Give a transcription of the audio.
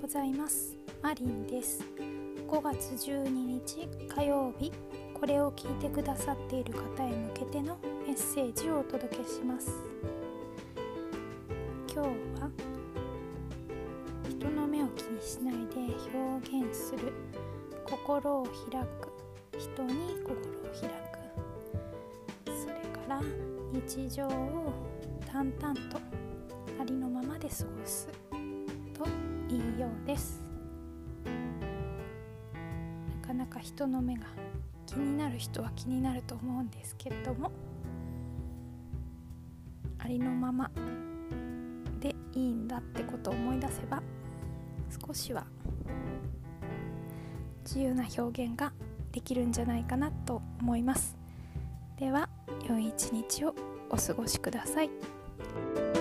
ございます。マリンです。5月12日火曜日、これを聞いてくださっている方へ向けてのメッセージをお届けします。今日は人の目を気にしないで表現する、心を開く、人に心を開く、それから日常を淡々とありのままで過ごすといいようです。なかなか人の目が気になる人は気になると思うんですけれども、ありのままでいいんだってことを思い出せば、少しは自由な表現ができるんじゃないかなと思います。では、良い一日をお過ごしください。